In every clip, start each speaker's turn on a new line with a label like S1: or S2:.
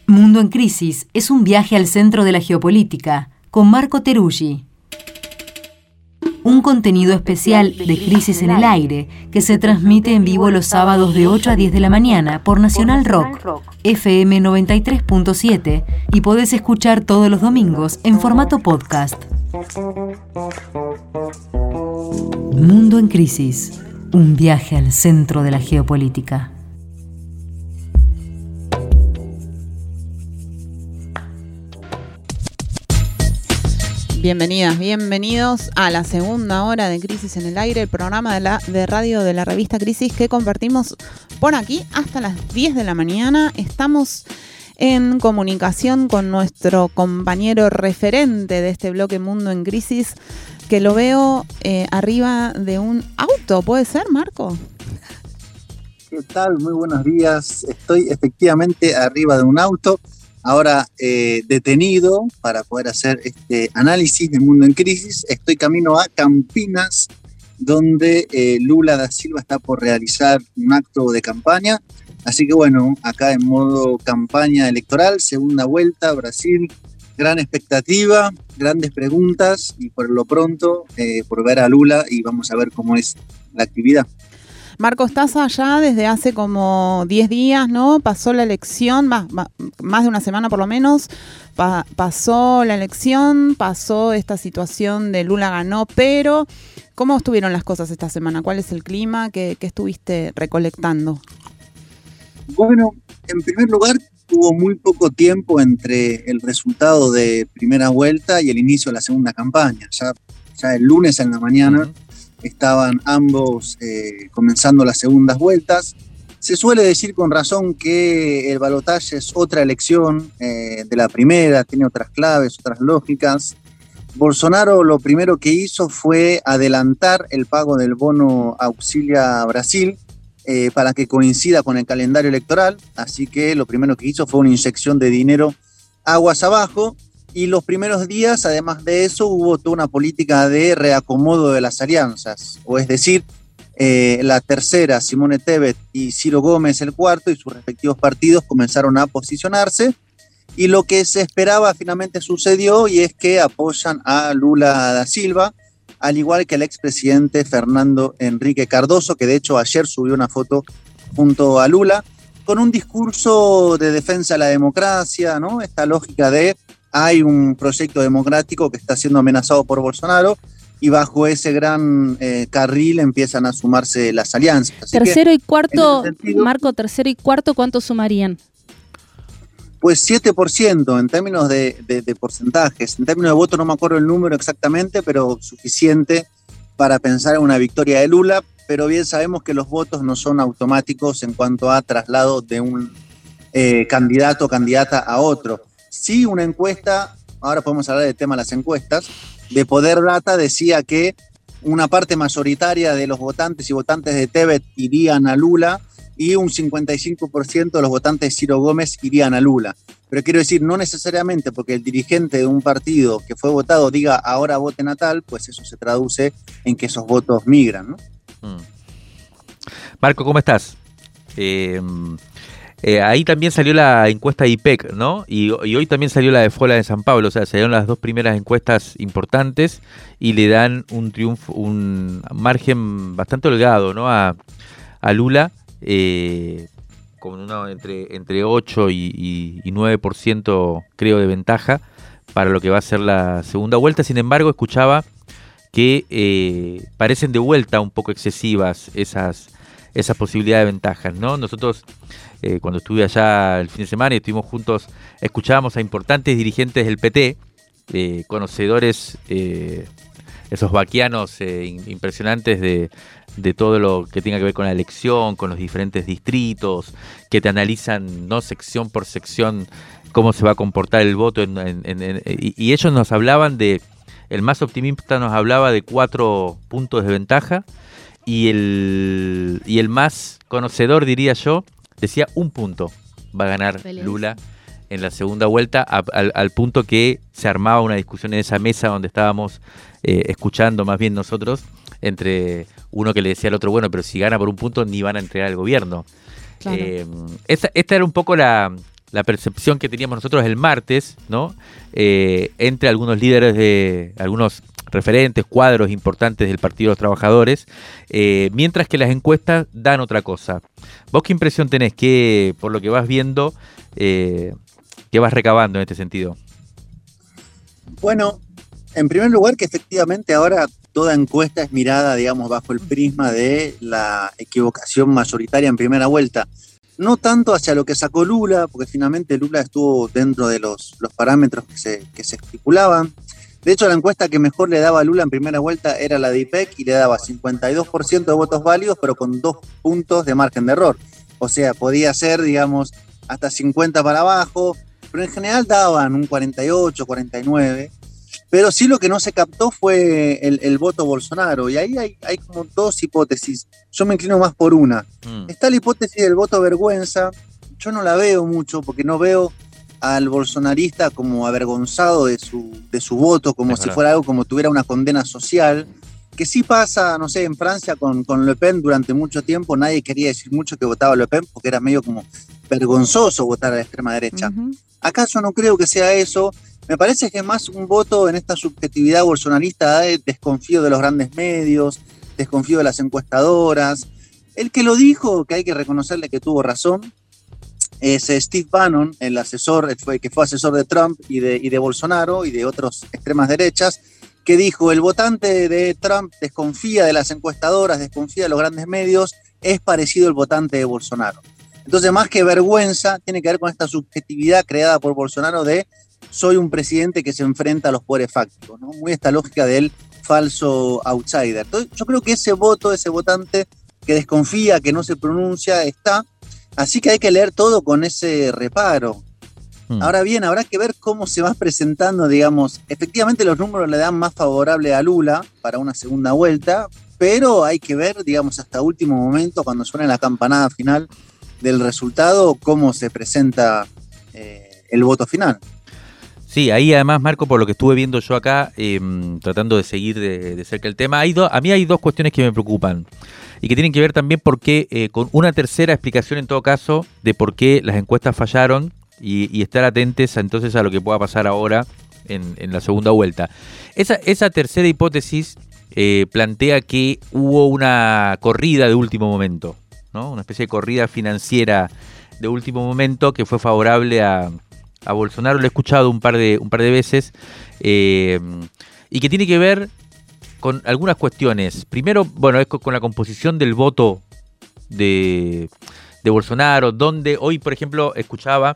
S1: Mundo en Crisis es un viaje al centro de la geopolítica con Marco Teruggi. Un contenido especial de Crisis en el Aire que se transmite en vivo los sábados de 8 a 10 de la mañana por Nacional Rock, FM 93.7 y podés escuchar todos los domingos en formato podcast. Mundo en Crisis, un viaje al centro de la geopolítica.
S2: Bienvenidas, bienvenidos a la segunda hora de Crisis en el Aire, el programa de radio de la revista Crisis que compartimos por aquí hasta las 10 de la mañana. Estamos en comunicación con nuestro compañero referente de este bloque Mundo en Crisis, que lo veo arriba de un auto. ¿Puede ser, Marco?
S3: ¿Qué tal? Muy buenos días. Estoy efectivamente arriba de un auto. Ahora detenido para poder hacer este análisis de Mundo en Crisis. Estoy camino a Campinas, donde Lula da Silva está por realizar un acto de campaña. Así que bueno, acá en modo campaña electoral, segunda vuelta, Brasil, gran expectativa, grandes preguntas y por lo pronto por ver a Lula y vamos a ver cómo es la actividad.
S2: Marco, estás allá desde hace como 10 días, ¿no? Pasó la elección, más de una semana por lo menos, pasó la elección, pasó esta situación de Lula ganó, pero ¿cómo estuvieron las cosas esta semana? ¿Cuál es el clima? ¿Qué estuviste recolectando?
S3: Bueno, en primer lugar, hubo muy poco tiempo entre el resultado de primera vuelta y el inicio de la segunda campaña. Ya el lunes en la mañana estaban ambos comenzando las segundas vueltas. Se suele decir con razón que el balotaje es otra elección de la primera, tiene otras claves, otras lógicas. Bolsonaro lo primero que hizo fue adelantar el pago del bono Auxilia Brasil para que coincida con el calendario electoral, así que lo primero que hizo fue una inyección de dinero aguas abajo. Y los primeros días, además de eso, hubo toda una política de reacomodo de las alianzas, o es decir, la tercera, Simone Tebet y Ciro Gómez el cuarto, y sus respectivos partidos comenzaron a posicionarse, y lo que se esperaba finalmente sucedió, y es que apoyan a Lula da Silva, al igual que el expresidente Fernando Henrique Cardoso, que de hecho ayer subió una foto junto a Lula, con un discurso de defensa de la democracia, ¿no? Esta lógica de hay un proyecto democrático que está siendo amenazado por Bolsonaro y bajo ese gran carril empiezan a sumarse las alianzas. Así
S4: tercero y cuarto, sentido, Marco, tercero y cuarto, ¿cuánto sumarían?
S3: Pues 7% en términos de porcentajes. En términos de votos no me acuerdo el número exactamente, pero suficiente para pensar en una victoria de Lula, pero bien sabemos que los votos no son automáticos en cuanto a traslado de un candidato o candidata a otro. Sí, una encuesta, ahora podemos hablar del tema de las encuestas, de Poder Data decía que una parte mayoritaria de los votantes y votantes de Tebet irían a Lula y un 55% de los votantes de Ciro Gómez irían a Lula. Pero quiero decir, no necesariamente porque el dirigente de un partido que fue votado diga ahora voten a tal, pues eso se traduce en que esos votos migran, ¿no?
S5: Marco, ¿cómo estás? Ahí también salió la encuesta de IPEC, ¿no? Y hoy también salió la de Fola de San Pablo, o sea, salieron las dos primeras encuestas importantes y le dan un triunfo, un margen bastante holgado, ¿no? A Lula, con entre 8 y 9% creo de ventaja para lo que va a ser la segunda vuelta. Sin embargo, escuchaba que parecen de vuelta un poco excesivas esas posibilidades de ventajas, ¿no? Nosotros cuando estuve allá el fin de semana y estuvimos juntos, escuchábamos a importantes dirigentes del PT, conocedores, esos vaquianos impresionantes de todo lo que tenga que ver con la elección, con los diferentes distritos, que te analizan, ¿no?, sección por sección cómo se va a comportar el voto y ellos nos hablaban el más optimista nos hablaba de 4 puntos de ventaja y el más conocedor, diría yo, decía 1 punto va a ganar Lula en la segunda vuelta, al punto que se armaba una discusión en esa mesa donde estábamos escuchando más bien nosotros, entre uno que le decía al otro, bueno, pero si gana por 1 punto ni van a entregar al gobierno.
S2: Claro.
S5: Esta era un poco la la percepción que teníamos nosotros el martes, ¿no? Entre algunos líderes de algunos referentes, cuadros importantes del Partido de los Trabajadores, mientras que las encuestas dan otra cosa. ¿Vos qué impresión tenés? ¿Qué, por lo que vas viendo, qué vas recabando en este sentido?
S3: Bueno, en primer lugar que efectivamente ahora toda encuesta es mirada, digamos, bajo el prisma de la equivocación mayoritaria en primera vuelta. No tanto hacia lo que sacó Lula, porque finalmente Lula estuvo dentro de los parámetros que se estipulaban. De hecho, la encuesta que mejor le daba a Lula en primera vuelta era la de IPEC y le daba 52% de votos válidos, pero con 2 puntos de margen de error. O sea, podía ser, digamos, hasta 50 para abajo, pero en general daban un 48, 49. Pero sí lo que no se captó fue el voto Bolsonaro, y ahí hay como dos hipótesis. Yo me inclino más por una. Está la hipótesis del voto vergüenza. Yo no la veo mucho porque no veo al bolsonarista como avergonzado de su voto, como si fuera algo como tuviera una condena social, que sí pasa, no sé, en Francia con Le Pen durante mucho tiempo. Nadie quería decir mucho que votaba Le Pen porque era medio como vergonzoso votar a la extrema derecha. Acá yo no creo que sea eso. Me parece que es más un voto en esta subjetividad bolsonarista de desconfío de los grandes medios, desconfío de las encuestadoras. El que lo dijo, que hay que reconocerle que tuvo razón, es Steve Bannon, el asesor, que fue asesor de Trump y de Bolsonaro y de otras extremas derechas, que dijo: el votante de Trump desconfía de las encuestadoras, desconfía de los grandes medios, es parecido al votante de Bolsonaro. Entonces, más que vergüenza, tiene que ver con esta subjetividad creada por Bolsonaro de soy un presidente que se enfrenta a los poderes fácticos, ¿no? Muy esta lógica del falso outsider. Entonces, yo creo que ese voto, ese votante que desconfía, que no se pronuncia, está. Así que hay que leer todo con ese reparo. Ahora bien, habrá que ver cómo se va presentando, digamos. Efectivamente, los números le dan más favorable a Lula para una segunda vuelta, pero hay que ver, digamos, hasta último momento, cuando suene la campanada final del resultado, cómo se presenta el voto final.
S5: Sí, ahí además, Marco, por lo que estuve viendo yo acá, tratando de seguir de cerca el tema, a mí hay dos cuestiones que me preocupan y que tienen que ver también con una tercera explicación en todo caso de por qué las encuestas fallaron y estar atentos entonces a lo que pueda pasar ahora en la segunda vuelta. Esa tercera hipótesis plantea que hubo una corrida de último momento, ¿no? Una especie de corrida financiera de último momento que fue favorable a Bolsonaro. Lo he escuchado un par de veces y que tiene que ver con algunas cuestiones. Primero, bueno, es con la composición del voto de Bolsonaro, donde hoy, por ejemplo, escuchaba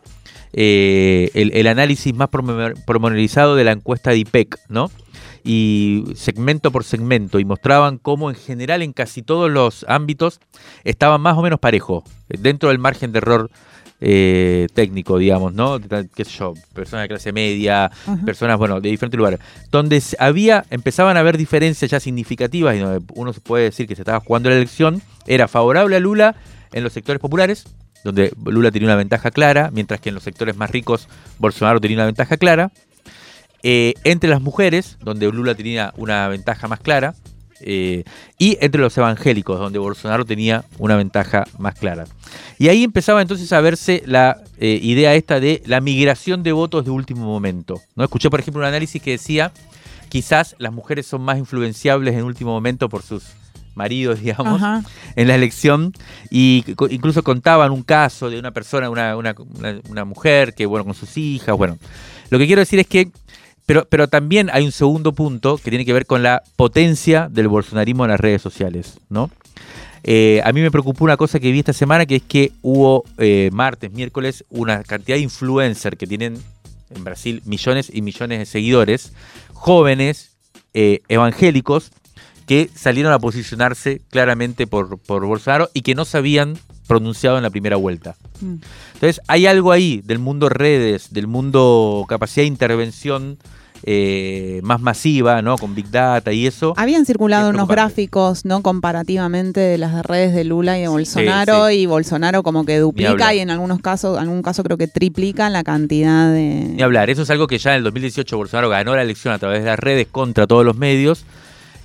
S5: el análisis más pormenorizado de la encuesta de IPEC, ¿no? Y segmento por segmento, y mostraban cómo en general en casi todos los ámbitos estaban más o menos parejos, dentro del margen de error técnico, digamos, ¿no? Qué sé yo, personas de clase media, personas, bueno, de diferentes lugares, donde empezaban a haber diferencias ya significativas y donde uno se puede decir que se estaba jugando la elección, era favorable a Lula en los sectores populares, donde Lula tenía una ventaja clara, mientras que en los sectores más ricos Bolsonaro tenía una ventaja clara, entre las mujeres, donde Lula tenía una ventaja más clara, y entre los evangélicos, donde Bolsonaro tenía una ventaja más clara. Y ahí empezaba entonces a verse la idea esta de la migración de votos de último momento, ¿no? Escuché, por ejemplo, un análisis que decía quizás las mujeres son más influenciables en último momento por sus maridos, digamos, en la elección, y incluso contaban un caso de una persona, una mujer que, bueno, con sus hijas, bueno. Lo que quiero decir es que Pero también hay un segundo punto que tiene que ver con la potencia del bolsonarismo en las redes sociales, ¿no? A mí me preocupó una cosa que vi esta semana, que es que hubo martes, miércoles, una cantidad de influencers que tienen en Brasil millones y millones de seguidores, jóvenes, evangélicos, que salieron a posicionarse claramente por Bolsonaro y que no se habían pronunciado en la primera vuelta. Entonces hay algo ahí del mundo redes, del mundo capacidad de intervención más masiva, ¿no? Con Big Data y eso.
S2: Habían circulado unos gráficos, ¿no? Comparativamente de las redes de Lula y de Bolsonaro, y Bolsonaro como que duplica y en algún caso creo que triplica la cantidad de...
S5: Ni hablar, eso es algo que ya en el 2018 Bolsonaro ganó la elección a través de las redes contra todos los medios.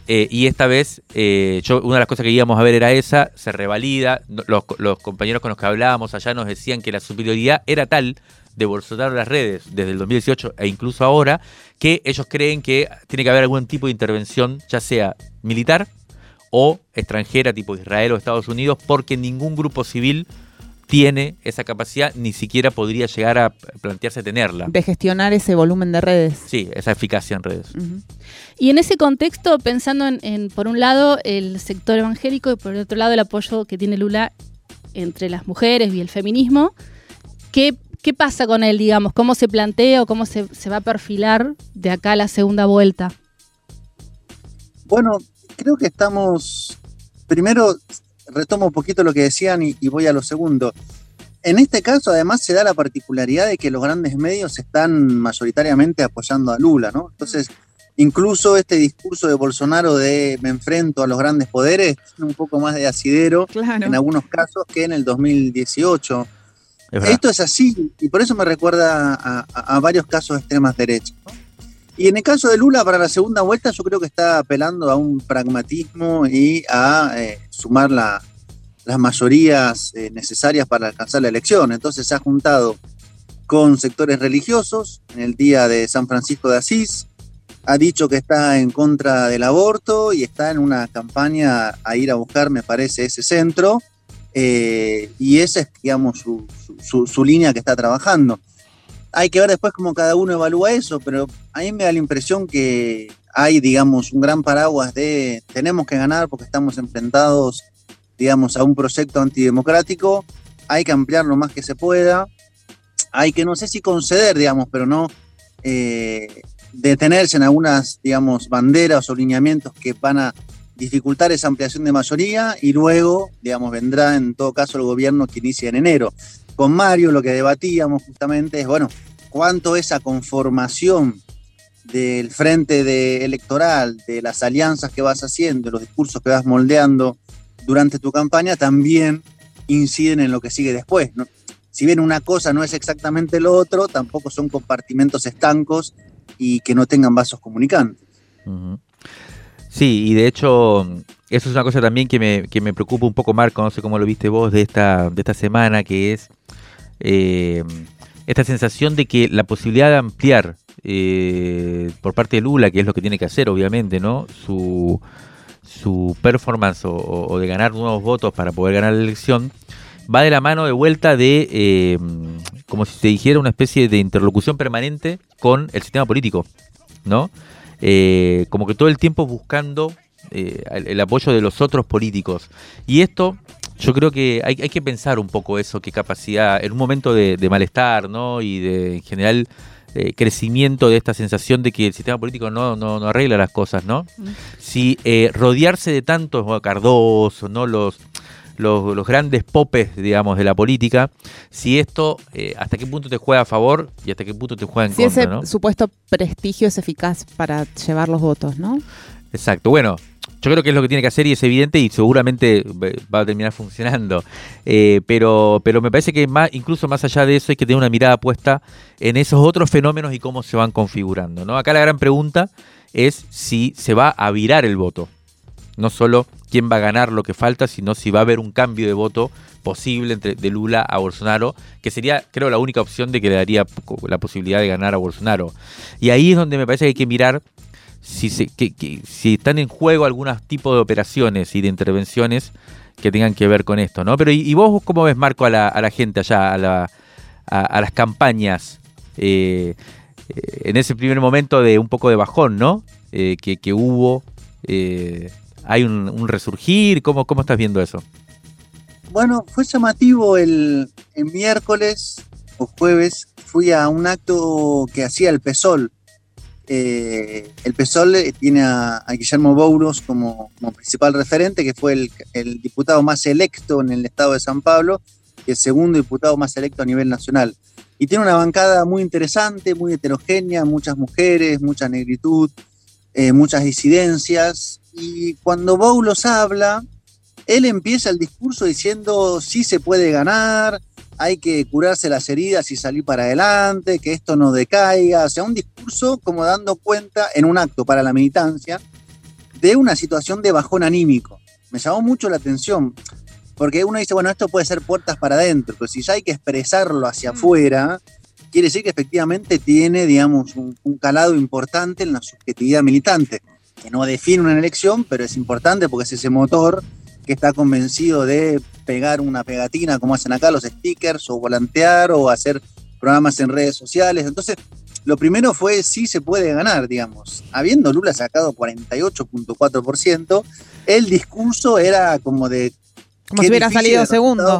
S5: Y esta vez, una de las cosas que íbamos a ver era esa, se revalida. Los compañeros con los que hablábamos allá nos decían que la superioridad era tal de Bolsonaro en las redes desde el 2018 e incluso ahora, que ellos creen que tiene que haber algún tipo de intervención, ya sea militar o extranjera, tipo Israel o Estados Unidos, porque ningún grupo civil tiene esa capacidad, ni siquiera podría llegar a plantearse tenerla.
S2: De gestionar ese volumen de redes.
S5: Sí, esa eficacia en redes.
S4: Uh-huh. Y en ese contexto, pensando en, por un lado, el sector evangélico y por el otro lado, el apoyo que tiene Lula entre las mujeres y el feminismo, ¿qué pasa con él, digamos? ¿Cómo se plantea o cómo se va a perfilar de acá a la segunda vuelta?
S3: Bueno, creo que estamos... Primero, retomo un poquito lo que decían y voy a lo segundo. En este caso, además, se da la particularidad de que los grandes medios están mayoritariamente apoyando a Lula, ¿no? Entonces, incluso este discurso de Bolsonaro de me enfrento a los grandes poderes, tiene un poco más de asidero, claro, en algunos casos que en el 2018. Esto es así, y por eso me recuerda a varios casos de extremas derechas, ¿no? Y en el caso de Lula, para la segunda vuelta, yo creo que está apelando a un pragmatismo y a sumar las mayorías necesarias para alcanzar la elección. Entonces se ha juntado con sectores religiosos en el día de San Francisco de Asís, ha dicho que está en contra del aborto y está en una campaña a ir a buscar, me parece, ese centro. Y esa es, digamos, su línea que está trabajando. Hay que ver después cómo cada uno evalúa eso, pero a mí me da la impresión que hay, digamos, un gran paraguas de tenemos que ganar porque estamos enfrentados, digamos, a un proyecto antidemocrático, hay que ampliar lo más que se pueda, hay que, no sé si conceder, digamos, pero no detenerse en algunas, digamos, banderas o lineamientos que van a dificultar esa ampliación de mayoría y luego, digamos, vendrá en todo caso el gobierno que inicia en enero. Con Mario lo que debatíamos justamente es, bueno, cuánto esa conformación del frente electoral, de las alianzas que vas haciendo, los discursos que vas moldeando durante tu campaña, también inciden en lo que sigue después, ¿no? Si bien una cosa no es exactamente lo otro, tampoco son compartimentos estancos y que no tengan vasos comunicantes.
S5: Uh-huh. Sí, y de hecho, eso es una cosa también que me preocupa un poco, Marco, no sé cómo lo viste vos de esta semana, que es esta sensación de que la posibilidad de ampliar por parte de Lula, que es lo que tiene que hacer, obviamente, ¿no? Su performance o de ganar nuevos votos para poder ganar la elección, va de la mano de vuelta de, como si se dijera, una especie de interlocución permanente con el sistema político, ¿no? Como que todo el tiempo buscando el apoyo de los otros políticos. Y esto, yo creo que hay que pensar un poco eso, qué capacidad, en un momento de malestar, ¿no? Y de, en general, crecimiento de esta sensación de que el sistema político no arregla las cosas, ¿no? Si rodearse de tantos, Cardoso, ¿no? Los grandes popes, digamos, de la política, si esto, hasta qué punto te juega a favor y hasta qué punto te juega en contra,
S2: ese,
S5: ¿no?
S2: Supuesto prestigio es eficaz para llevar los votos, ¿no?
S5: Exacto. Bueno, yo creo que es lo que tiene que hacer y es evidente y seguramente va a terminar funcionando. Pero me parece que incluso más allá de eso hay que tener una mirada puesta en esos otros fenómenos y cómo se van configurando, ¿no? Acá la gran pregunta es si se va a virar el voto. No solo quién va a ganar lo que falta, sino si va a haber un cambio de voto posible de Lula a Bolsonaro, que sería, creo, la única opción de que le daría la posibilidad de ganar a Bolsonaro. Y ahí es donde me parece que hay que mirar si están en juego algunos tipos de operaciones y de intervenciones que tengan que ver con esto, ¿no? Pero ¿y vos cómo ves, Marco, a la gente allá, a las campañas, en ese primer momento de un poco de bajón, ¿no? Que hubo... ¿Hay un resurgir? ¿Cómo estás viendo eso?
S3: Bueno, fue llamativo el miércoles o jueves, fui a un acto que hacía el PSOL. El PSOL tiene a Guillermo Boulos como principal referente, que fue el diputado más electo en el estado de San Pablo y el segundo diputado más electo a nivel nacional. Y tiene una bancada muy interesante, muy heterogénea, muchas mujeres, mucha negritud, muchas disidencias. Y cuando Boulos habla, él empieza el discurso diciendo sí se puede ganar, hay que curarse las heridas y salir para adelante, que esto no decaiga. O sea, un discurso como dando cuenta en un acto para la militancia de una situación de bajón anímico. Me llamó mucho la atención, porque uno dice, bueno, esto puede ser puertas para adentro, pero si ya hay que expresarlo hacia afuera, quiere decir que efectivamente tiene, digamos, un calado importante en la subjetividad militante, que no define una elección, pero es importante porque es ese motor que está convencido de pegar una pegatina, como hacen acá los stickers, o volantear, o hacer programas en redes sociales. Entonces, lo primero fue si se puede ganar, digamos. Habiendo Lula sacado 48.4%, el discurso era como de...
S2: Como si hubiera salido segundo.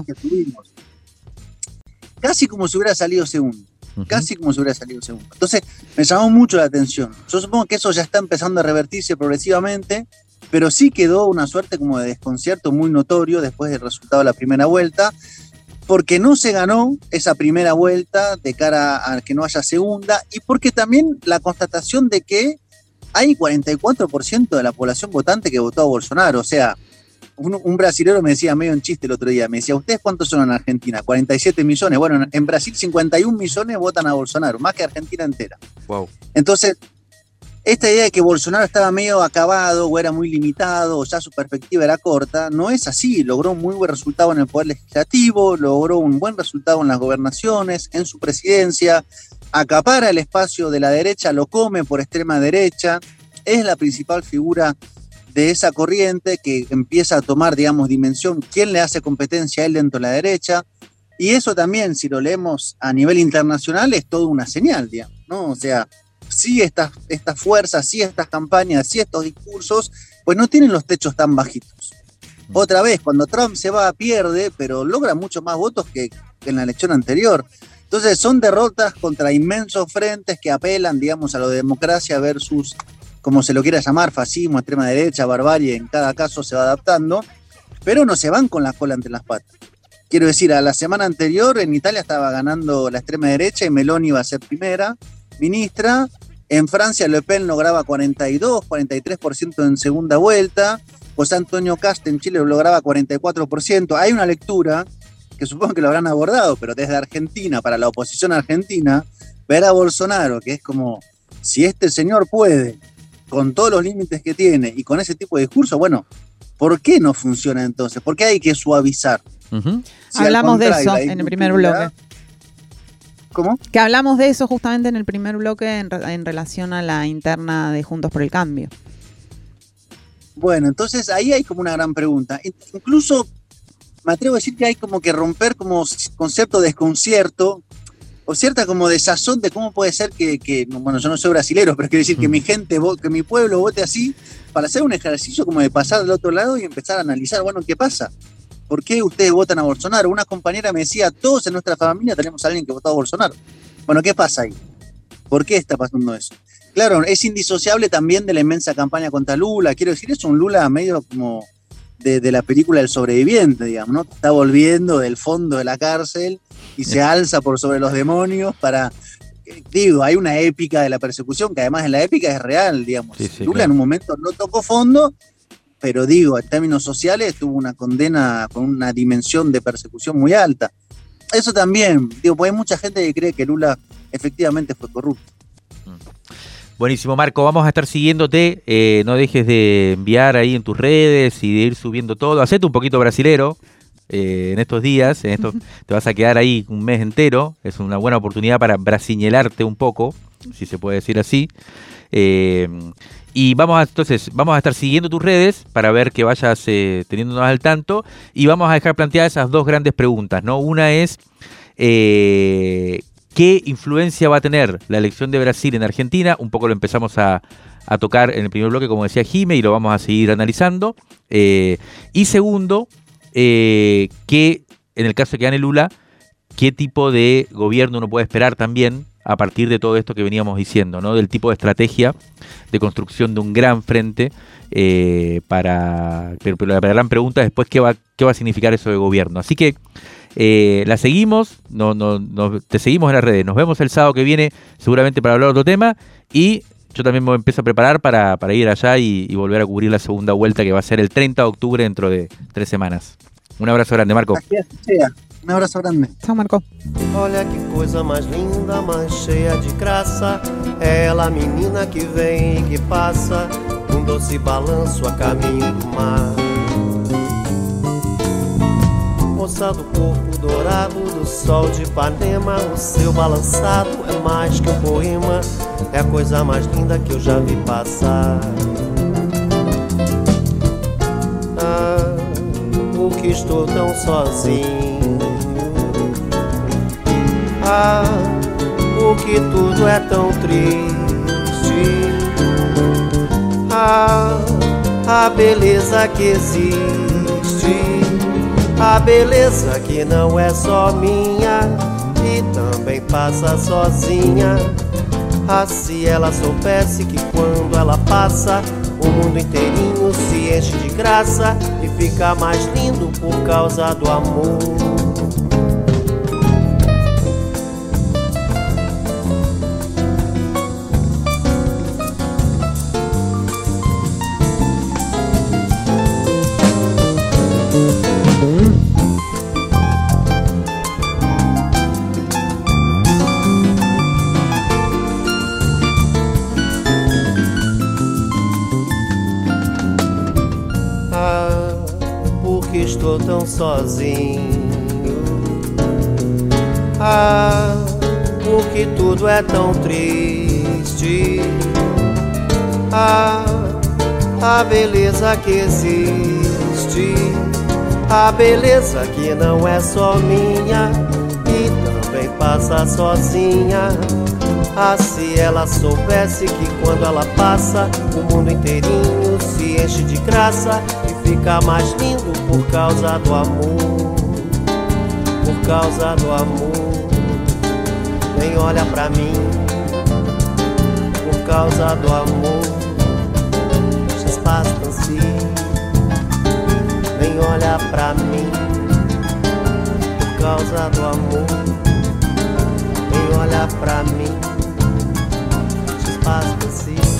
S3: Casi como si hubiera salido segundo. Casi como si hubiera salido segundo. Entonces, me llamó mucho la atención. Yo supongo que eso ya está empezando a revertirse progresivamente, pero sí quedó una suerte como de desconcierto muy notorio después del resultado de la primera vuelta, porque no se ganó esa primera vuelta de cara a que no haya segunda, y porque también la constatación de que hay 44% de la población votante que votó a Bolsonaro. O sea, un brasilero me decía medio en chiste el otro día, me decía, ¿ustedes cuántos son en Argentina? 47 millones. Bueno, en Brasil 51 millones votan a Bolsonaro, más que Argentina entera.
S5: Wow.
S3: Entonces, esta idea de que Bolsonaro estaba medio acabado o era muy limitado o ya su perspectiva era corta, no es así. Logró un muy buen resultado en el Poder Legislativo, logró un buen resultado en las gobernaciones, en su presidencia, acapara el espacio de la derecha, lo come por extrema derecha, es la principal figura de esa corriente que empieza a tomar, digamos, dimensión, quién le hace competencia a él dentro de la derecha, y eso también, si lo leemos a nivel internacional, es toda una señal, digamos, ¿no? O sea, sí estas fuerzas, sí estas campañas, sí estos discursos, pues no tienen los techos tan bajitos. Otra vez, cuando Trump se va, pierde, pero logra mucho más votos que en la elección anterior. Entonces son derrotas contra inmensos frentes que apelan, digamos, a la democracia versus, como se lo quiera llamar, fascismo, extrema derecha, barbarie, en cada caso se va adaptando, pero no se van con la cola entre las patas. Quiero decir, a la semana anterior en Italia estaba ganando la extrema derecha y Meloni iba a ser primera ministra. En Francia Le Pen lograba 43% en segunda vuelta. José Antonio Cast en Chile lograba 44%. Hay una lectura que supongo que lo habrán abordado, pero desde Argentina, para la oposición argentina, ver a Bolsonaro, que es como, si este señor puede, con todos los límites que tiene y con ese tipo de discurso, bueno, ¿por qué no funciona entonces? ¿Por qué hay que suavizar?
S2: Si hablamos de eso en el primer bloque.
S3: ¿Cómo?
S2: Que hablamos de eso justamente en el primer bloque en relación a la interna de Juntos por el Cambio.
S3: Bueno, entonces ahí hay como una gran pregunta. Incluso me atrevo a decir que hay como que romper como concepto de desconcierto o cierta como desazón de cómo puede ser que bueno, yo no soy brasilero, pero quiero decir que mi gente, que mi pueblo vote así, para hacer un ejercicio como de pasar del otro lado y empezar a analizar, bueno, ¿qué pasa? ¿Por qué ustedes votan a Bolsonaro? Una compañera me decía, todos en nuestra familia tenemos a alguien que votó a Bolsonaro. Bueno, ¿qué pasa ahí? ¿Por qué está pasando eso? Claro, es indisociable también de la inmensa campaña contra Lula. Quiero decir, es un Lula medio como de la película El Sobreviviente, digamos, ¿no? Está volviendo del fondo de la cárcel y se alza por sobre los demonios para... Digo, hay una épica de la persecución, que además en la épica es real, digamos. Sí, Lula claro. En un momento no tocó fondo, pero digo, en términos sociales tuvo una condena con una dimensión de persecución muy alta. Eso también, digo, pues hay mucha gente que cree que Lula efectivamente fue corrupto.
S5: Buenísimo, Marco, vamos a estar siguiéndote, no dejes de enviar ahí en tus redes y de ir subiendo todo, hacete un poquito brasilero en estos días, te vas a quedar ahí un mes entero, es una buena oportunidad para brasiñelarte un poco, si se puede decir así. Y vamos a estar siguiendo tus redes para ver que vayas teniéndonos al tanto y vamos a dejar planteadas esas dos grandes preguntas, ¿no? Una es ¿qué influencia va a tener la elección de Brasil en Argentina? Un poco lo empezamos a tocar en el primer bloque, como decía Jime, y lo vamos a seguir analizando. Y segundo, que en el caso de que gane Lula, ¿qué tipo de gobierno uno puede esperar también a partir de todo esto que veníamos diciendo, ¿no? Del tipo de estrategia de construcción de un gran frente pero la gran pregunta es después ¿qué va a significar eso de gobierno? Así que la seguimos, te seguimos en las redes, nos vemos el sábado que viene seguramente para hablar de otro tema y yo también me empiezo a preparar para ir allá y volver a cubrir la segunda vuelta que va a ser el 30 de octubre dentro de 3 semanas. Un abrazo grande, Marco.
S3: Un abrazo grande.
S2: Chao, Marco.
S6: Olha que coisa mais linda, mais cheia de graça. Ela, menina que vem e que passa, com doce balanço a caminho do mar. Moça do corpo dourado do sol de Ipanema, o seu balançado é mais que um poema, é a coisa mais linda que eu já vi passar. Ah, por que estou tão sozinho? Ah, por que tudo é tão triste? Ah, a beleza que existe, a beleza que não é só minha e também passa sozinha. Ah, se ela soubesse que quando ela passa, o mundo inteirinho se enche de graça e fica mais lindo por causa do amor. Estou tão sozinho. Ah, porque tudo é tão triste. Ah, a beleza que existe, a beleza que não é só minha e também passa sozinha. Ah, se ela soubesse que quando ela passa, o mundo inteirinho se enche de graça e fica mais lindo por causa do amor, por causa do amor. Nem olha pra mim, por causa do amor. Je passe ainsi. Nem olha pra mim, por causa do amor. Nem olha pra mim, je passe ainsi.